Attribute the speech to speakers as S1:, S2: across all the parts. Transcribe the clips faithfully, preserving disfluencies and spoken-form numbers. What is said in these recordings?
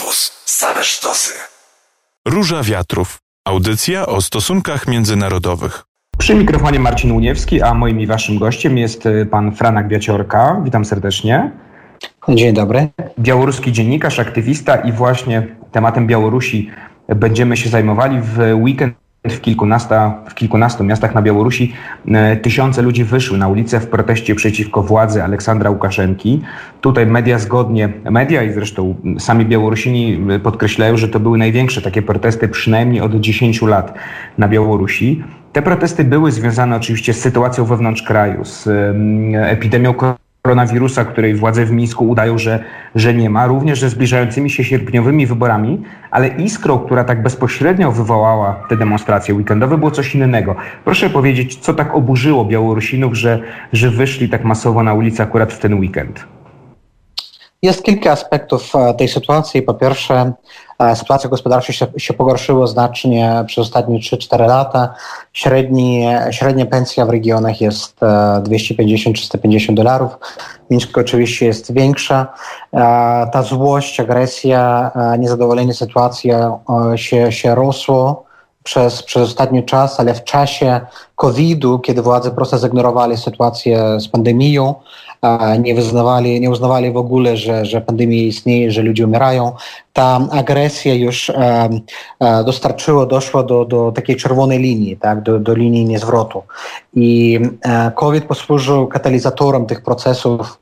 S1: Campus. Same sztosy.
S2: Róża Wiatrów. Audycja o stosunkach międzynarodowych.
S3: Przy mikrofonie Marcin Uniewski, a moim i waszym gościem jest pan Franek Biaciorka. Witam serdecznie.
S4: Dzień dobry.
S3: Białoruski dziennikarz, aktywista i właśnie tematem Białorusi będziemy się zajmowali. W weekend w kilkunastu, w kilkunastu miastach na Białorusi tysiące ludzi wyszły na ulicę w proteście przeciwko władzy Aleksandra Łukaszenki. Tutaj media zgodnie, media i zresztą sami Białorusini podkreślają, że to były największe takie protesty przynajmniej od dziesięciu lat na Białorusi. Te protesty były związane oczywiście z sytuacją wewnątrz kraju, z epidemią koronawirusa, której władze w Mińsku udają, że, że nie ma, również ze zbliżającymi się sierpniowymi wyborami, ale iskrą, która tak bezpośrednio wywołała te demonstracje weekendowe, było coś innego. Proszę powiedzieć, co tak oburzyło Białorusinów, że, że wyszli tak masowo na ulicę akurat w ten weekend?
S4: Jest kilka aspektów tej sytuacji. Po pierwsze, sytuacja gospodarcza się, się pogorszyła znacznie przez ostatnie trzy cztery lata. Średni, średnia pensja w regionach jest dwieście pięćdziesiąt do trzystu pięćdziesięciu dolarów. W Mińsku oczywiście jest większa. Ta złość, agresja, niezadowolenie sytuacją się, się rosło przez, przez ostatni czas, ale w czasie kowida, kiedy władze prosto zignorowali sytuację z pandemią, nie uznawali, nie uznawali w ogóle, że, że pandemia istnieje, że ludzie umierają. Ta agresja już e, e, dostarczyła, doszła do, do takiej czerwonej linii, tak, do, do linii niezwrotu. I e, COVID posłużył katalizatorem tych procesów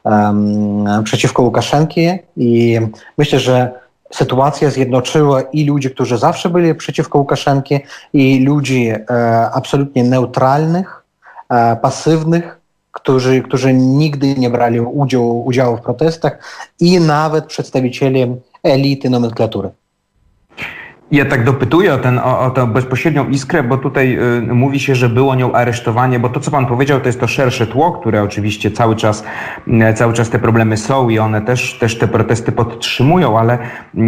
S4: e, przeciwko Łukaszenki i myślę, że sytuacja zjednoczyła i ludzi, którzy zawsze byli przeciwko Łukaszenki, i ludzi e, absolutnie neutralnych, e, pasywnych, Którzy, którzy nigdy nie brali udziału, udziału w protestach, i nawet przedstawicieli elity nomenklatury.
S3: Ja tak dopytuję o, ten, o, o tę bezpośrednią iskrę, bo tutaj y, mówi się, że było nią aresztowanie, bo to, co pan powiedział, to jest to szersze tło, które oczywiście cały czas, y, cały czas te problemy są i one też, też te protesty podtrzymują, ale y,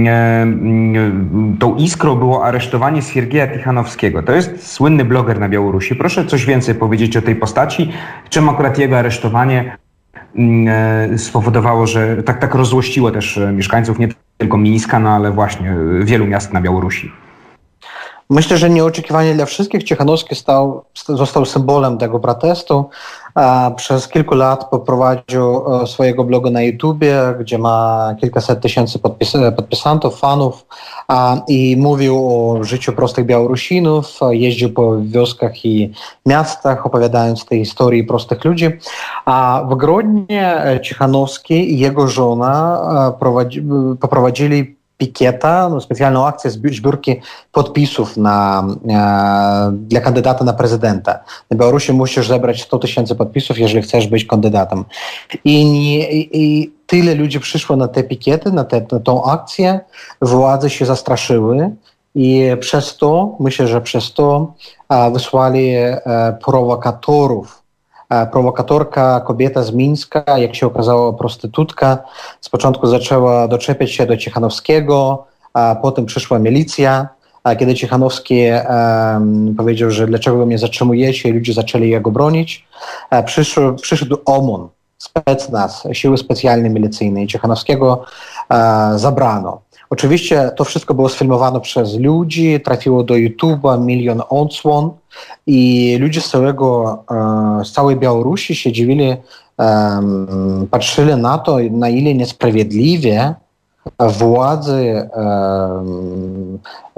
S3: y, tą iskrą było aresztowanie Siergieja Tichanowskiego. To jest słynny bloger na Białorusi. Proszę coś więcej powiedzieć o tej postaci, czym akurat jego aresztowanie y, spowodowało, że tak, tak rozzłościło też mieszkańców, nie tylko Mińska, no ale właśnie wielu miast na Białorusi.
S4: Myślę, że nieoczekiwanie dla wszystkich Tichanowski stał, został symbolem tego protestu. Przez kilku lat poprowadził swojego bloga na YouTubie, gdzie ma kilkaset tysięcy podpis, podpisantów, fanów, i mówił o życiu prostych Białorusinów, jeździł po wioskach i miastach, opowiadając te historii prostych ludzi. A w Grodnie Tichanowski i jego żona prowadzi, poprowadzili pikieta, no, specjalną akcję zbiórki podpisów na, e, dla kandydata na prezydenta. Na Białorusi musisz zebrać sto tysięcy podpisów, jeżeli chcesz być kandydatem. I, i, i tyle ludzi przyszło na te pikiety, na, te, na tą akcję, władze się zastraszyły i przez to, myślę, że przez to e, wysłali e, prowokatorów. Prowokatorka, kobieta z Mińska, jak się okazało prostytutka, z początku zaczęła doczepiać się do Tichanowskiego, a potem przyszła milicja, a kiedy Tichanowski um, powiedział, że dlaczego wy mnie zatrzymujecie, i ludzie zaczęli jego bronić, przyszł, przyszedł OMON, specnaz, siły specjalne milicyjne, i Tichanowskiego e, zabrano. Oczywiście to wszystko było sfilmowane przez ludzi, trafiło do YouTube'a, milion odsłon, i ludzie z całego, z całej Białorusi się dziwili, um, patrzyli na to, na ile niesprawiedliwie władze um,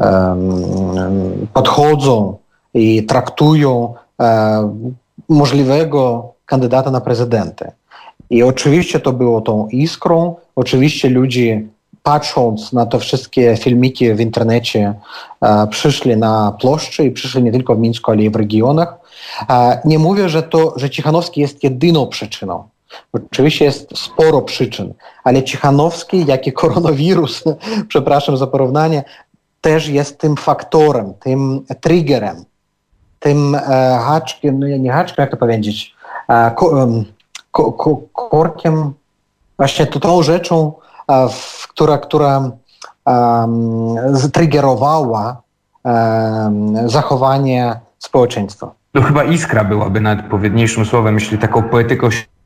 S4: um, podchodzą i traktują um, możliwego kandydata na prezydenta. I oczywiście to było tą iskrą, oczywiście ludzie, patrząc na te wszystkie filmiki w internecie, e, przyszli na ploszczy i przyszli nie tylko w Mińsku, ale i w regionach. E, nie mówię, że to, że Tichanowski jest jedyną przyczyną. Oczywiście jest sporo przyczyn, ale Tichanowski, jak i koronawirus, przepraszam za porównanie, też jest tym faktorem, tym triggerem, tym e, haczkiem, no nie haczkiem, jak to powiedzieć, e, ko, ko, ko, korkiem, właśnie to tą rzeczą, W, która, która um, striggerowała um, zachowanie społeczeństwa.
S3: To chyba iskra byłaby nawet odpowiedniejszym słowem, jeśli taką poetyką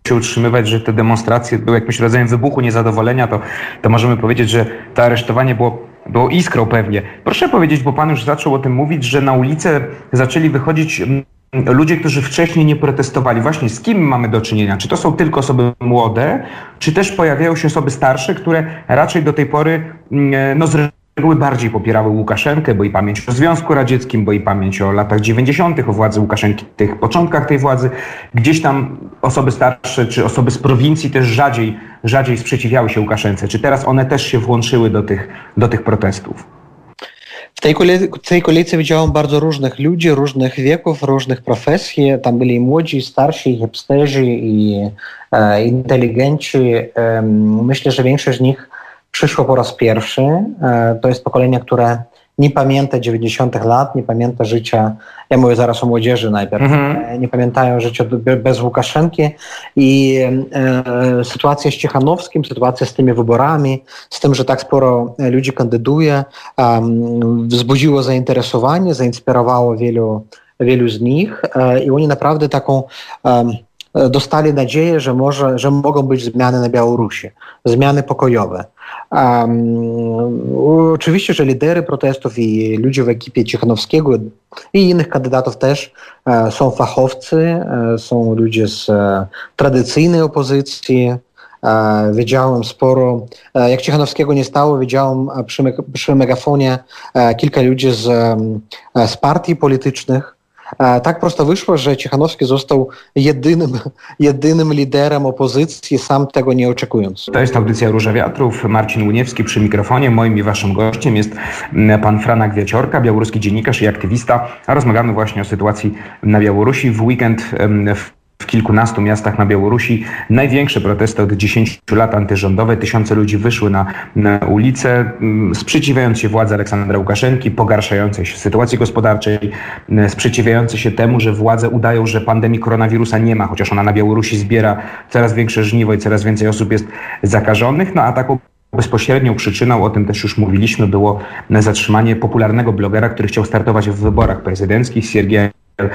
S3: się utrzymywać, że te demonstracje były jakimś rodzajem wybuchu niezadowolenia, to, to możemy powiedzieć, że to aresztowanie było, było iskrą pewnie. Proszę powiedzieć, bo pan już zaczął o tym mówić, że na ulicę zaczęli wychodzić ludzie, którzy wcześniej nie protestowali. Właśnie z kim mamy do czynienia? Czy to są tylko osoby młode, czy też pojawiają się osoby starsze, które raczej do tej pory no, z reguły bardziej popierały Łukaszenkę, bo i pamięć o Związku Radzieckim, bo i pamięć o latach dziewięćdziesiątych, o władzy Łukaszenki, tych początkach tej władzy. Gdzieś tam osoby starsze, czy osoby z prowincji też rzadziej, rzadziej sprzeciwiały się Łukaszence. Czy teraz one też się włączyły do tych, do tych protestów?
S4: W tej, kole- w tej kolejce widziałem bardzo różnych ludzi, różnych wieków, różnych profesji. Tam byli i młodzi, i starsi, i hipsterzy, i e, inteligenci. E, myślę, że większość z nich przyszło po raz pierwszy. E, to jest pokolenie, które nie pamięta dziewięćdziesiątych lat, nie pamięta życia, ja mówię zaraz o młodzieży najpierw, mhm. nie pamiętają życia bez Łukaszenki i e, sytuacja z Cichanowskim, sytuacja z tymi wyborami, z tym, że tak sporo ludzi kandyduje, um, wzbudziło zainteresowanie, zainspirowało wielu, wielu z nich e, i oni naprawdę taką um, dostali nadzieję, że, może, że mogą być zmiany na Białorusi, zmiany pokojowe. Um, oczywiście, że lidery protestów i ludzie w ekipie Cichanowskiego i innych kandydatów też e, są fachowcy, e, są ludzie z e, tradycyjnej opozycji. E, wiedziałem sporo, e, jak Cichanowskiego nie stało, wiedziałem przy, me, przy megafonie e, kilka ludzi z, e, z partii politycznych. Tak prosto wyszło, że Cichanowski został jedynym, jedynym liderem opozycji, sam tego nie oczekując.
S3: To jest audycja Róża Wiatrów. Marcin Łuniewski przy mikrofonie. Moim i waszym gościem jest pan Franek Wieciorka, białoruski dziennikarz i aktywista. A rozmawiamy właśnie o sytuacji na Białorusi. W weekend w W kilkunastu miastach na Białorusi największe protesty od dziesięciu lat antyrządowe. Tysiące ludzi wyszły na, na ulicę, sprzeciwiając się władzy Aleksandra Łukaszenki, pogarszającej się sytuacji gospodarczej, sprzeciwiające się temu, że władze udają, że pandemii koronawirusa nie ma, chociaż ona na Białorusi zbiera coraz większe żniwo i coraz więcej osób jest zakażonych. No a taką bezpośrednią przyczyną, o tym też już mówiliśmy, było zatrzymanie popularnego blogera, który chciał startować w wyborach prezydenckich, Siergieja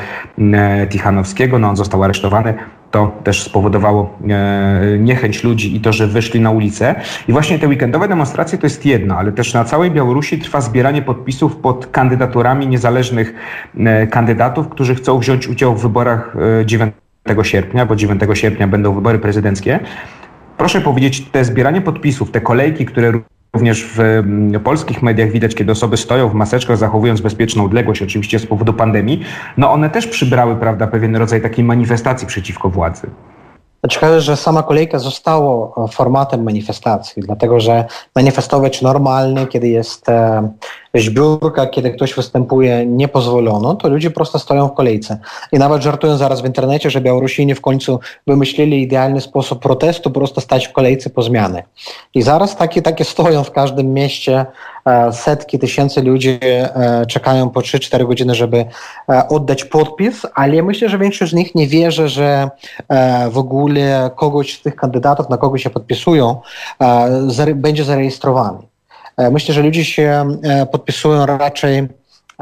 S3: Tichanowskiego. No on został aresztowany. To też spowodowało e, niechęć ludzi i to, że wyszli na ulicę. I właśnie te weekendowe demonstracje to jest jedno, ale też na całej Białorusi trwa zbieranie podpisów pod kandydaturami niezależnych e, kandydatów, którzy chcą wziąć udział w wyborach e, dziewiątego sierpnia, bo dziewiątego sierpnia będą wybory prezydenckie. Proszę powiedzieć, te zbieranie podpisów, te kolejki, które również w polskich mediach widać, kiedy osoby stoją w maseczkach, zachowując bezpieczną odległość, oczywiście z powodu pandemii, no one też przybrały, prawda, pewien rodzaj takiej manifestacji przeciwko władzy.
S4: Ciekawe, że sama kolejka została formatem manifestacji, dlatego że manifestować normalnie, kiedy jest e, zbiórka, kiedy ktoś występuje, nie pozwolono, to ludzie prosto stoją w kolejce. I nawet żartują zaraz w internecie, że Białorusini w końcu wymyślili idealny sposób protestu, prosto stać w kolejce po zmiany. I zaraz takie, takie stoją w każdym mieście, e, setki tysięcy ludzi e, czekają po trzy cztery godziny, żeby e, oddać podpis, ale ja myślę, że większość z nich nie wierzy, że e, w ogóle kogoś z tych kandydatów, na kogo się podpisują, e, będzie zarejestrowany. E, myślę, że ludzie się e, podpisują raczej, e,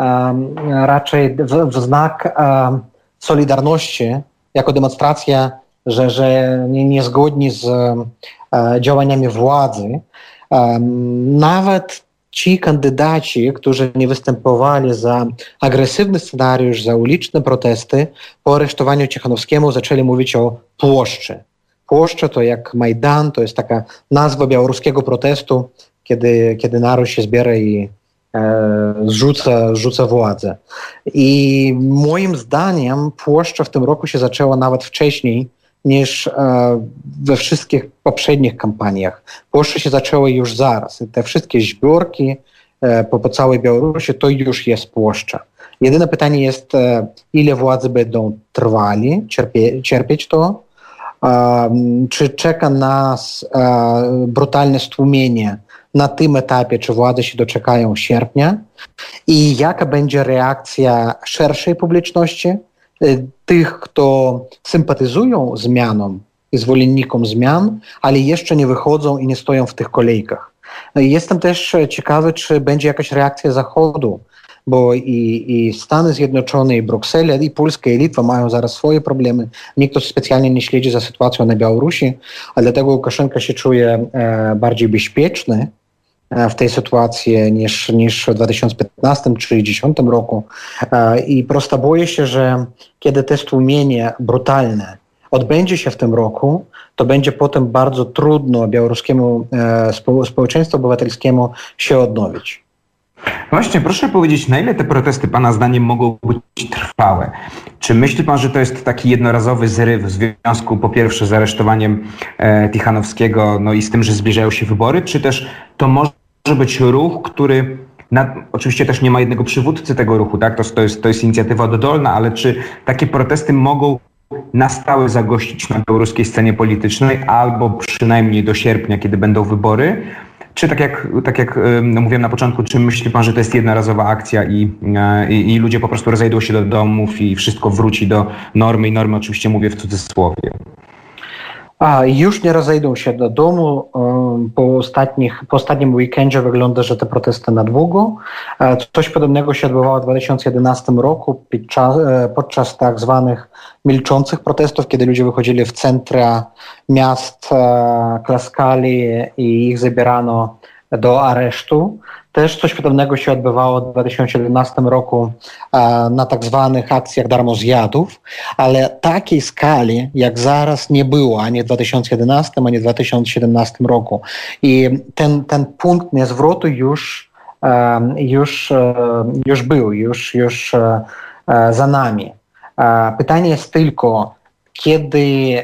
S4: raczej w, w znak e, solidarności, jako demonstracja, że, że nie, nie zgodni z e, działaniami władzy. E, nawet ci kandydaci, którzy nie występowali za agresywny scenariusz, za uliczne protesty, po aresztowaniu Cichanowskiemu zaczęli mówić o płoszczy. Płoszcze to jak Majdan, to jest taka nazwa białoruskiego protestu, kiedy, kiedy naród się zbiera i e, zrzuca, zrzuca władzę. I moim zdaniem płoszcza w tym roku się zaczęła nawet wcześniej niż e, we wszystkich poprzednich kampaniach. Płoszcze się zaczęły już zaraz. Te wszystkie zbiórki e, po, po całej Białorusi to już jest płoszcza. Jedyne pytanie jest, e, ile władzy będą trwali, cierpie, cierpieć to, e, czy czeka nas e, brutalne stłumienie na tym etapie, czy władze się doczekają sierpnia i jaka będzie reakcja szerszej publiczności, tych, kto sympatyzują zmianom i zwolennikom zmian, ale jeszcze nie wychodzą i nie stoją w tych kolejkach. Jestem też ciekawy, czy będzie jakaś reakcja Zachodu, bo i, i Stany Zjednoczone, i Bruksela, i Polska, i Litwa mają zaraz swoje problemy. Nikt specjalnie nie śledzi za sytuacją na Białorusi, a dlatego Łukaszenka się czuje e, bardziej bezpieczny w tej sytuacji niż, niż w dwa tysiące piętnastym czy dwa tysiące dziesiątym roku. I prosto boję się, że kiedy to stłumienie brutalne odbędzie się w tym roku, to będzie potem bardzo trudno białoruskiemu e, społeczeństwu obywatelskiemu się odnowić.
S3: Właśnie, proszę powiedzieć, na ile te protesty Pana zdaniem mogą być trwałe? Czy myśli Pan, że to jest taki jednorazowy zryw w związku po pierwsze z aresztowaniem e, Tichanowskiego, no i z tym, że zbliżają się wybory, czy też to może być ruch, który na, oczywiście też nie ma jednego przywódcy tego ruchu, tak? To, to, jest, to jest inicjatywa oddolna, ale czy takie protesty mogą na stałe zagościć na białoruskiej scenie politycznej albo przynajmniej do sierpnia, kiedy będą wybory? Czy tak jak, tak jak no mówiłem na początku, czy myśli Pan, że to jest jednorazowa akcja i, i, i ludzie po prostu rozejdą się do domów i wszystko wróci do normy i normy oczywiście mówię w cudzysłowie?
S4: A już nie rozejdą się do domu. Po, ostatnich, po ostatnim weekendzie wygląda, że te protesty na długo. Coś podobnego się odbywało w dwa tysiące jedenastym roku podczas, podczas tak zwanych milczących protestów, kiedy ludzie wychodzili w centra miast, klaskali i ich zabierano do aresztu. Też coś podobnego się odbywało w dwa tysiące jedenastym roku na tak zwanych akcjach darmozjadów, ale takiej skali jak zaraz nie było ani w dwa tysiące jedenastym, ani w dwa tysiące siedemnastym roku. I ten, ten punkt niezwrotu już, już, już był, już, już za nami. Pytanie jest tylko, kiedy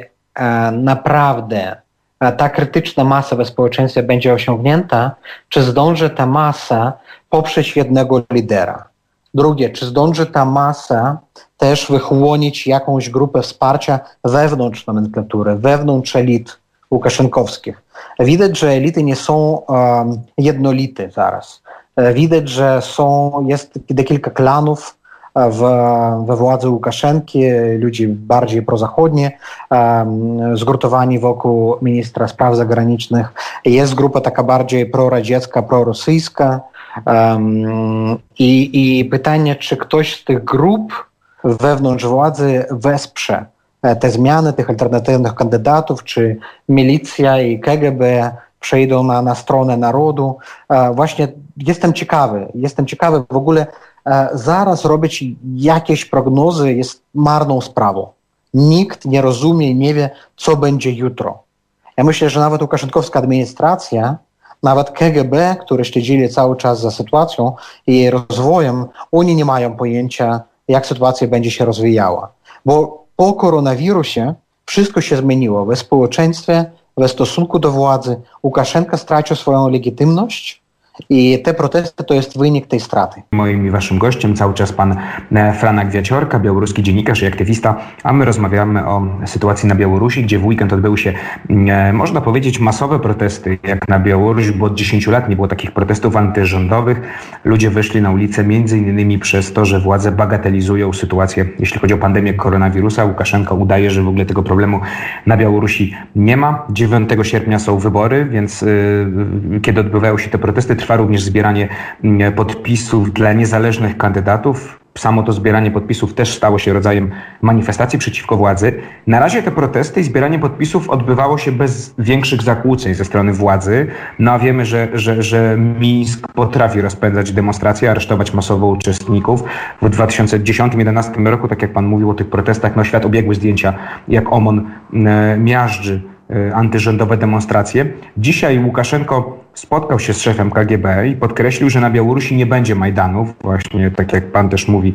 S4: naprawdę ta krytyczna masa we społeczeństwie będzie osiągnięta, czy zdąży ta masa poprzeć jednego lidera? Drugie, czy zdąży ta masa też wychłonić jakąś grupę wsparcia wewnątrz nomenklatury, wewnątrz elit łukaszenkowskich? Widać, że elity nie są um, jednolite zaraz. Widać, że są, jest kilka klanów w, we władzy Łukaszenki, ludzi bardziej prozachodnie, um, zgrupowani wokół ministra spraw zagranicznych. Jest grupa taka bardziej proradziecka, prorosyjska. Um, i, I pytanie, czy ktoś z tych grup wewnątrz władzy wesprze te zmiany tych alternatywnych kandydatów, czy milicja i K G B przejdą na, na stronę narodu. E, właśnie jestem ciekawy, jestem ciekawy w ogóle e, zaraz robić jakieś prognozy jest marną sprawą. Nikt nie rozumie i nie wie, co będzie jutro. Ja myślę, że nawet łukaszenkowska administracja, nawet K G B, które śledzili cały czas za sytuacją i jej rozwojem, oni nie mają pojęcia, jak sytuacja będzie się rozwijała. Bo po koronawirusie wszystko się zmieniło we społeczeństwie, we stosunku do władzy. Łukaszenka stracił swoją legitymność i te protesty to jest wynik tej straty.
S3: Moim i waszym gościem cały czas pan Franek Wiaciorka, białoruski dziennikarz i aktywista, a my rozmawiamy o sytuacji na Białorusi, gdzie w weekend odbyły się, można powiedzieć, masowe protesty jak na Białoruś, bo od dziesięciu lat nie było takich protestów antyrządowych. Ludzie wyszli na ulicę między innymi przez to, że władze bagatelizują sytuację, jeśli chodzi o pandemię koronawirusa. Łukaszenka udaje, że w ogóle tego problemu na Białorusi nie ma. dziewiątego sierpnia są wybory, więc yy, kiedy odbywają się te protesty, trwa również zbieranie podpisów dla niezależnych kandydatów. Samo to zbieranie podpisów też stało się rodzajem manifestacji przeciwko władzy. Na razie te protesty i zbieranie podpisów odbywało się bez większych zakłóceń ze strony władzy. No a wiemy, że, że, że Mińsk potrafi rozpędzać demonstracje, aresztować masowo uczestników. W dwa tysiące dziesiątym do dwa tysiące jedenastym roku, tak jak pan mówił o tych protestach, no świat obiegły zdjęcia, jak OMON e, miażdży e, antyrządowe demonstracje. Dzisiaj Łukaszenko spotkał się z szefem K G B i podkreślił, że na Białorusi nie będzie Majdanów, właśnie tak jak pan też mówi,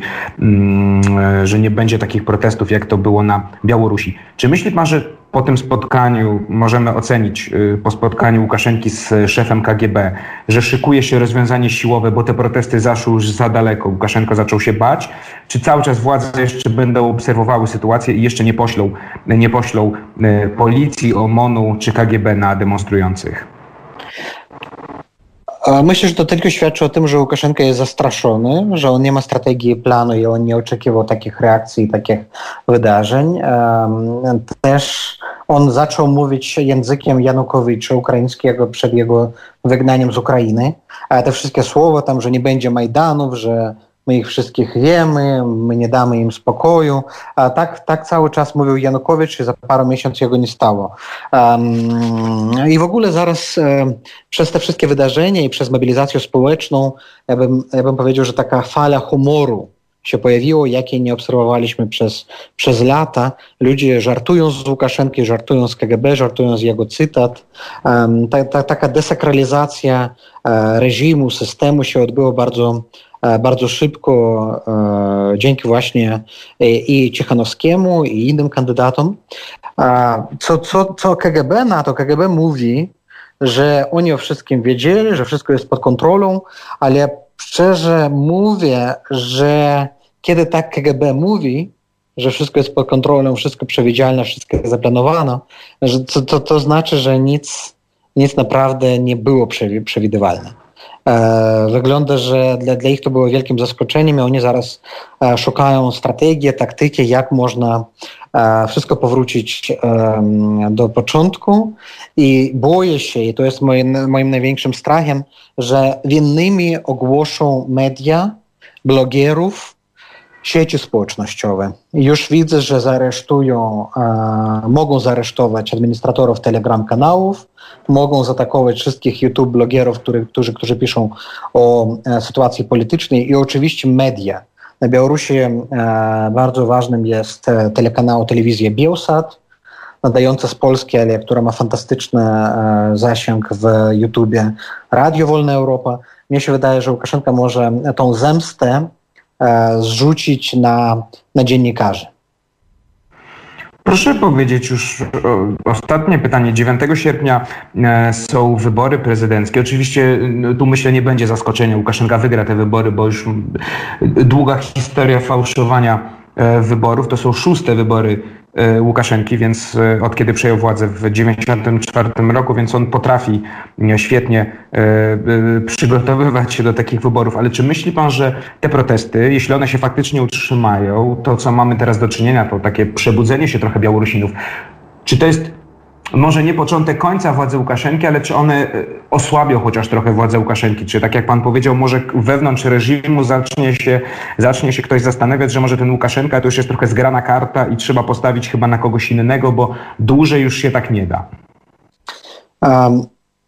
S3: że nie będzie takich protestów, jak to było na Białorusi. Czy myśli pan, że po tym spotkaniu możemy ocenić, po spotkaniu Łukaszenki z szefem K G B, że szykuje się rozwiązanie siłowe, bo te protesty zaszły już za daleko, Łukaszenko zaczął się bać, czy cały czas władze jeszcze będą obserwowały sytuację i jeszcze nie poślą, nie poślą policji, OMON-u czy K G B na demonstrujących?
S4: Myślę, że to tylko świadczy o tym, że Łukaszenka jest zastraszony, że on nie ma strategii, planu i on nie oczekiwał takich reakcji, takich wydarzeń. Też on zaczął mówić językiem Janukowycza ukraińskiego przed jego wygnaniem z Ukrainy. A te wszystkie słowa tam, że nie będzie Majdanów, że my ich wszystkich wiemy, my nie damy im spokoju. A tak, tak cały czas mówił Janukowicz i za parę miesięcy jego nie stało. Um, I w ogóle zaraz um, przez te wszystkie wydarzenia i przez mobilizację społeczną ja bym, ja bym powiedział, że taka fala humoru się pojawiło, jakiej nie obserwowaliśmy przez, przez lata. Ludzie żartują z Łukaszenki, żartują z K G B, żartują z jego cytat. Um, ta, ta, taka desakralizacja e, reżimu, systemu się odbyła bardzo, e, bardzo szybko e, dzięki właśnie e, i Cichanowskiemu, i innym kandydatom. E, co, co, co K G B na to? K G B mówi, że oni o wszystkim wiedzieli, że wszystko jest pod kontrolą, ale szczerze mówię, że kiedy tak K G B mówi, że wszystko jest pod kontrolą, wszystko przewidzialne, wszystko jest zaplanowane, że to, to, to znaczy, że nic, nic naprawdę nie było przewidywalne. E, wygląda, że dla, dla nich to było wielkim zaskoczeniem i oni zaraz e, szukają strategii, taktyki, jak można e, wszystko powrócić e, do początku i boję się, i to jest moim, moim największym strachem, że winnymi ogłoszą media, blogerów, sieci społecznościowe. Już widzę, że zaaresztują, e, mogą zaaresztować administratorów Telegram-kanałów, mogą zaatakować wszystkich YouTube blogerów, który, którzy, którzy piszą o e, sytuacji politycznej i oczywiście media. Na Białorusi e, bardzo ważnym jest e, telekanał telewizja Bielsat, nadająca z Polski, ale która ma fantastyczny e, zasięg w YouTubie Radio Wolna Europa. Mnie się wydaje, że Łukaszenka może tą zemstę zrzucić na, na dziennikarzy.
S3: Proszę powiedzieć już o, ostatnie pytanie. dziewiątego sierpnia e, są wybory prezydenckie. Oczywiście no, tu myślę nie będzie zaskoczenia. Łukaszenka wygra te wybory, bo już długa historia fałszowania e, wyborów. To są szóste wybory e, Łukaszenki, więc e, od kiedy przejął władzę w dziewięćdziesiątym czwartym roku, więc on potrafi e, świetnie e, e, przygotowywać się do takich wyborów. Ale czy myśli pan, że te protesty, jeśli one się faktycznie utrzymają, to co mamy teraz do czynienia, to takie przebudzenie się trochę Białorusinów, czy to jest może nie początek końca władzy Łukaszenki, ale czy one osłabią chociaż trochę władzę Łukaszenki? Czy tak jak pan powiedział, może wewnątrz reżimu zacznie się, zacznie się ktoś zastanawiać, że może ten Łukaszenka to już jest trochę zgrana karta i trzeba postawić chyba na kogoś innego, bo dłużej już się tak nie da?
S4: Um.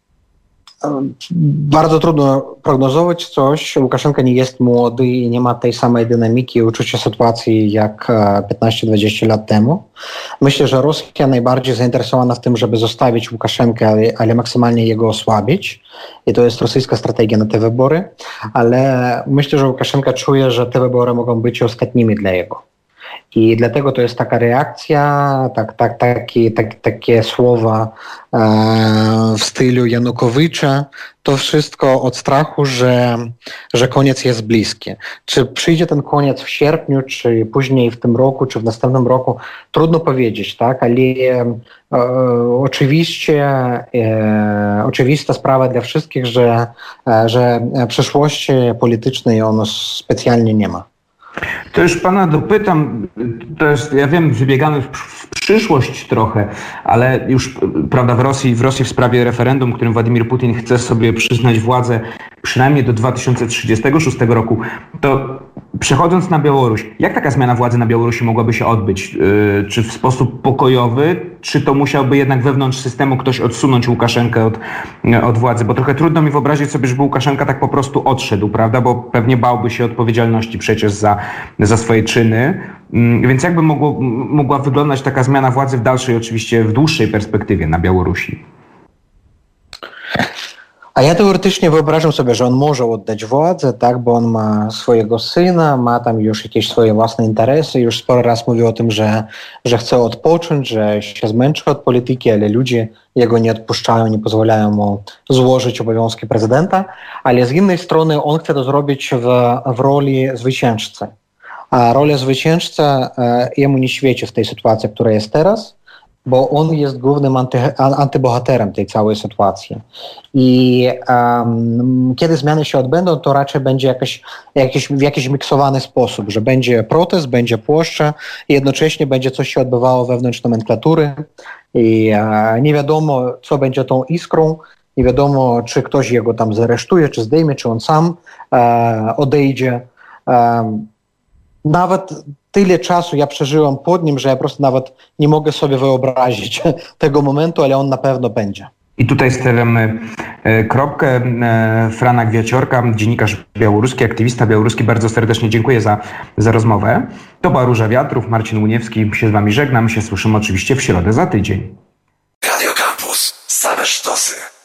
S4: Bardzo trudno prognozować coś. Łukaszenka nie jest młody i nie ma tej samej dynamiki i uczucia sytuacji jak piętnaście dwadzieścia lat temu. Myślę, że Rosja najbardziej zainteresowana w tym, żeby zostawić Łukaszenkę, ale, ale maksymalnie jego osłabić. I to jest rosyjska strategia na te wybory. Ale myślę, że Łukaszenka czuje, że te wybory mogą być ostatnimi dla jego. I dlatego to jest taka reakcja, tak, tak, taki, tak, takie słowa e, w stylu Janukowicza. To wszystko od strachu, że, że koniec jest bliski. Czy przyjdzie ten koniec w sierpniu, czy później w tym roku, czy w następnym roku, trudno powiedzieć, tak? Ale e, oczywiście e, oczywista sprawa dla wszystkich, że, e, że przyszłości politycznej ono specjalnie nie ma.
S3: To już pana dopytam, to jest, ja wiem, wybiegamy w, w przyszłość trochę, ale już, prawda, w Rosji, w Rosji w sprawie referendum, którym Władimir Putin chce sobie przyznać władzę przynajmniej do dwa tysiące trzydziestego szóstego roku, to przechodząc na Białoruś, jak taka zmiana władzy na Białorusi mogłaby się odbyć? Yy, czy w sposób pokojowy, czy to musiałby jednak wewnątrz systemu ktoś odsunąć Łukaszenkę od, od władzy? Bo trochę trudno mi wyobrazić sobie, żeby Łukaszenka tak po prostu odszedł, prawda? Bo pewnie bałby się odpowiedzialności przecież za, za swoje czyny. Yy, więc jakby mogło, mogła wyglądać taka zmiana władzy w dalszej, oczywiście w dłuższej perspektywie na Białorusi?
S4: A ja teoretycznie wyobrażam sobie, że on może oddać władzę, tak, bo on ma swojego syna, ma tam już jakieś swoje własne interesy, już sporo raz mówił o tym, że, że chce odpocząć, że się zmęczył od polityki, ale ludzie jego nie odpuszczają, nie pozwalają mu złożyć obowiązki prezydenta, ale z innej strony on chce to zrobić w, w roli zwycięzcy. A rola zwycięzcy e, jemu nie świeci w tej sytuacji, która jest teraz, bo on jest głównym anty, antybohaterem tej całej sytuacji. I um, kiedy zmiany się odbędą, to raczej będzie jakoś, jakiś, w jakiś miksowany sposób, że będzie protest, będzie płoszcza i jednocześnie będzie coś się odbywało wewnątrz nomenklatury i e, nie wiadomo, co będzie tą iskrą, nie wiadomo, czy ktoś jego tam zaresztuje, czy zdejmie, czy on sam e, odejdzie. Nawet tyle czasu ja przeżyłem pod nim, że ja po prostu nawet nie mogę sobie wyobrazić tego momentu, ale on na pewno będzie.
S3: I tutaj stawiamy kropkę. Franek Wiaciorka, dziennikarz białoruski, aktywista białoruski, bardzo serdecznie dziękuję za, za rozmowę. To była Róża Wiatrów, Marcin Łuniewski się z wami żegnam. My się słyszymy oczywiście w środę za tydzień.
S1: Radio Campus. Same sztosy.